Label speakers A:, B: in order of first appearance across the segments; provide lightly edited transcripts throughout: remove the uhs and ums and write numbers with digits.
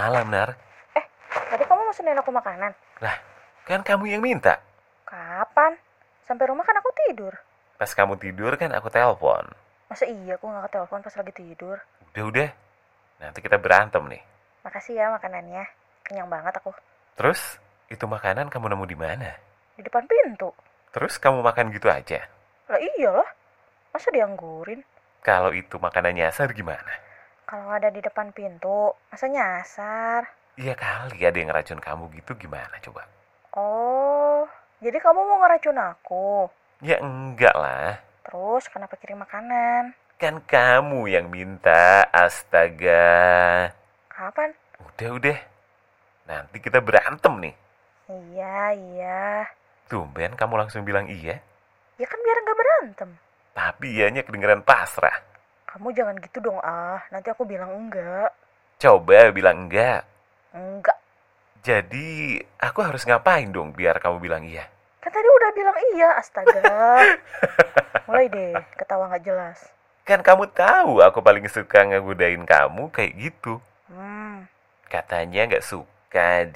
A: malam, Nar.
B: Tadi kamu mesenin aku makanan.
A: Lah, kan kamu yang minta.
B: Kapan? Sampai rumah kan aku tidur.
A: Pas kamu tidur kan aku telepon.
B: Masa iya aku nggak ketelepon pas lagi tidur?
A: Udah. Nanti kita berantem nih.
B: Makasih ya makanannya. Kenyang banget aku.
A: Terus, itu makanan kamu nemu di mana?
B: Di depan pintu.
A: Terus kamu makan gitu aja?
B: Lah iyalah. Masa dianggurin?
A: Kalau itu makanan nyasar gimana?
B: Kalau ada di depan pintu, masa nyasar?
A: Iya kali ada yang ngeracun kamu gitu gimana coba?
B: Oh, jadi kamu mau ngeracun aku?
A: Ya enggak lah.
B: Terus kenapa kirim makanan?
A: Kan kamu yang minta, astaga.
B: Kapan?
A: Udah. Nanti kita berantem nih.
B: Iya.
A: Tumben kamu langsung bilang iya.
B: Ya kan biar nggak berantem.
A: Tapi ianya kedengeran pasrah.
B: Kamu jangan gitu dong nanti aku bilang enggak.
A: Coba bilang enggak.
B: Enggak.
A: Jadi, aku harus ngapain dong biar kamu bilang iya?
B: Kan tadi udah bilang iya, astaga. Mulai deh, ketawa nggak jelas.
A: Kan kamu tahu aku paling suka ngegodain kamu kayak gitu. Katanya nggak suka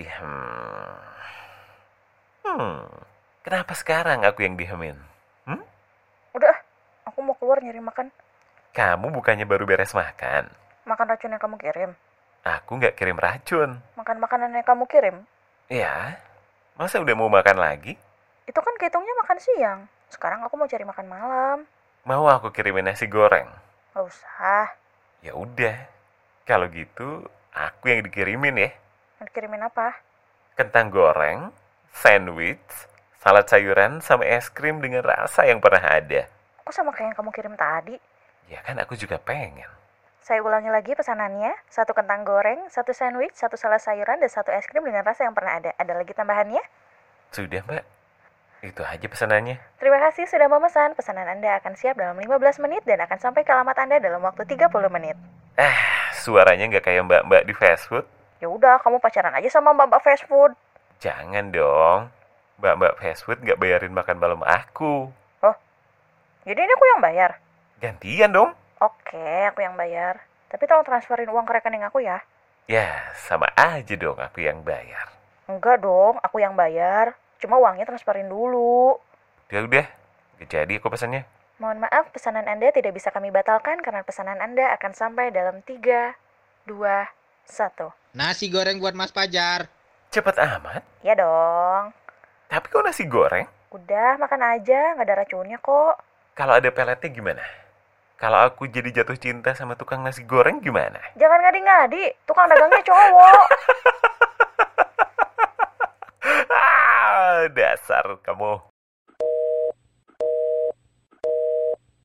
A: Kenapa sekarang aku yang diemin?
B: Udah, aku mau keluar nyari makan.
A: Kamu bukannya baru beres makan?
B: Makan racun yang kamu kirim.
A: Aku nggak kirim racun.
B: Makan makanan yang kamu kirim.
A: Ya, masa udah mau makan lagi?
B: Itu kan kehitungnya makan siang. Sekarang aku mau cari makan malam.
A: Mau aku kirimin nasi goreng?
B: Gak usah.
A: Ya udah. Kalau gitu, aku yang dikirimin ya.
B: Mau dikirimin apa?
A: Kentang goreng, sandwich, salad sayuran, sama es krim dengan rasa yang pernah ada.
B: Kok sama kayak yang kamu kirim tadi?
A: Ya kan aku juga pengen.
B: Saya ulangi lagi pesanannya. 1 kentang goreng, 1 sandwich, 1 salad sayuran, dan 1 es krim dengan rasa yang pernah ada. Ada lagi tambahannya?
A: Sudah, Mbak. Itu aja pesanannya.
B: Terima kasih sudah memesan. Pesanan Anda akan siap dalam 15 menit dan akan sampai ke alamat Anda dalam waktu 30 menit.
A: Suaranya nggak kayak mbak-mbak di fast food.
B: Ya udah, kamu pacaran aja sama mbak-mbak fast food.
A: Jangan dong. Mbak-mbak fast food nggak bayarin makan malam aku.
B: Oh, jadi ini aku yang bayar?
A: Gantian dong.
B: Oke, aku yang bayar. Tapi tolong transferin uang ke rekening aku ya.
A: Ya, sama aja dong aku yang bayar.
B: Enggak dong, aku yang bayar. Cuma uangnya transferin dulu.
A: Udah. Gak jadi aku pesannya.
B: Mohon maaf, pesanan Anda tidak bisa kami batalkan karena pesanan Anda akan sampai dalam 3, 2, 1.
C: Nasi goreng buat Mas Pajar.
A: Cepet amat.
B: Ya dong.
A: Tapi kok nasi goreng?
B: Udah, makan aja. Nggak ada racunnya kok.
A: Kalau ada peletnya gimana? Kalau aku jadi jatuh cinta sama tukang nasi goreng gimana?
B: Jangan ngadi-ngadi. Tukang dagangnya cowok.
A: Dasar kamu.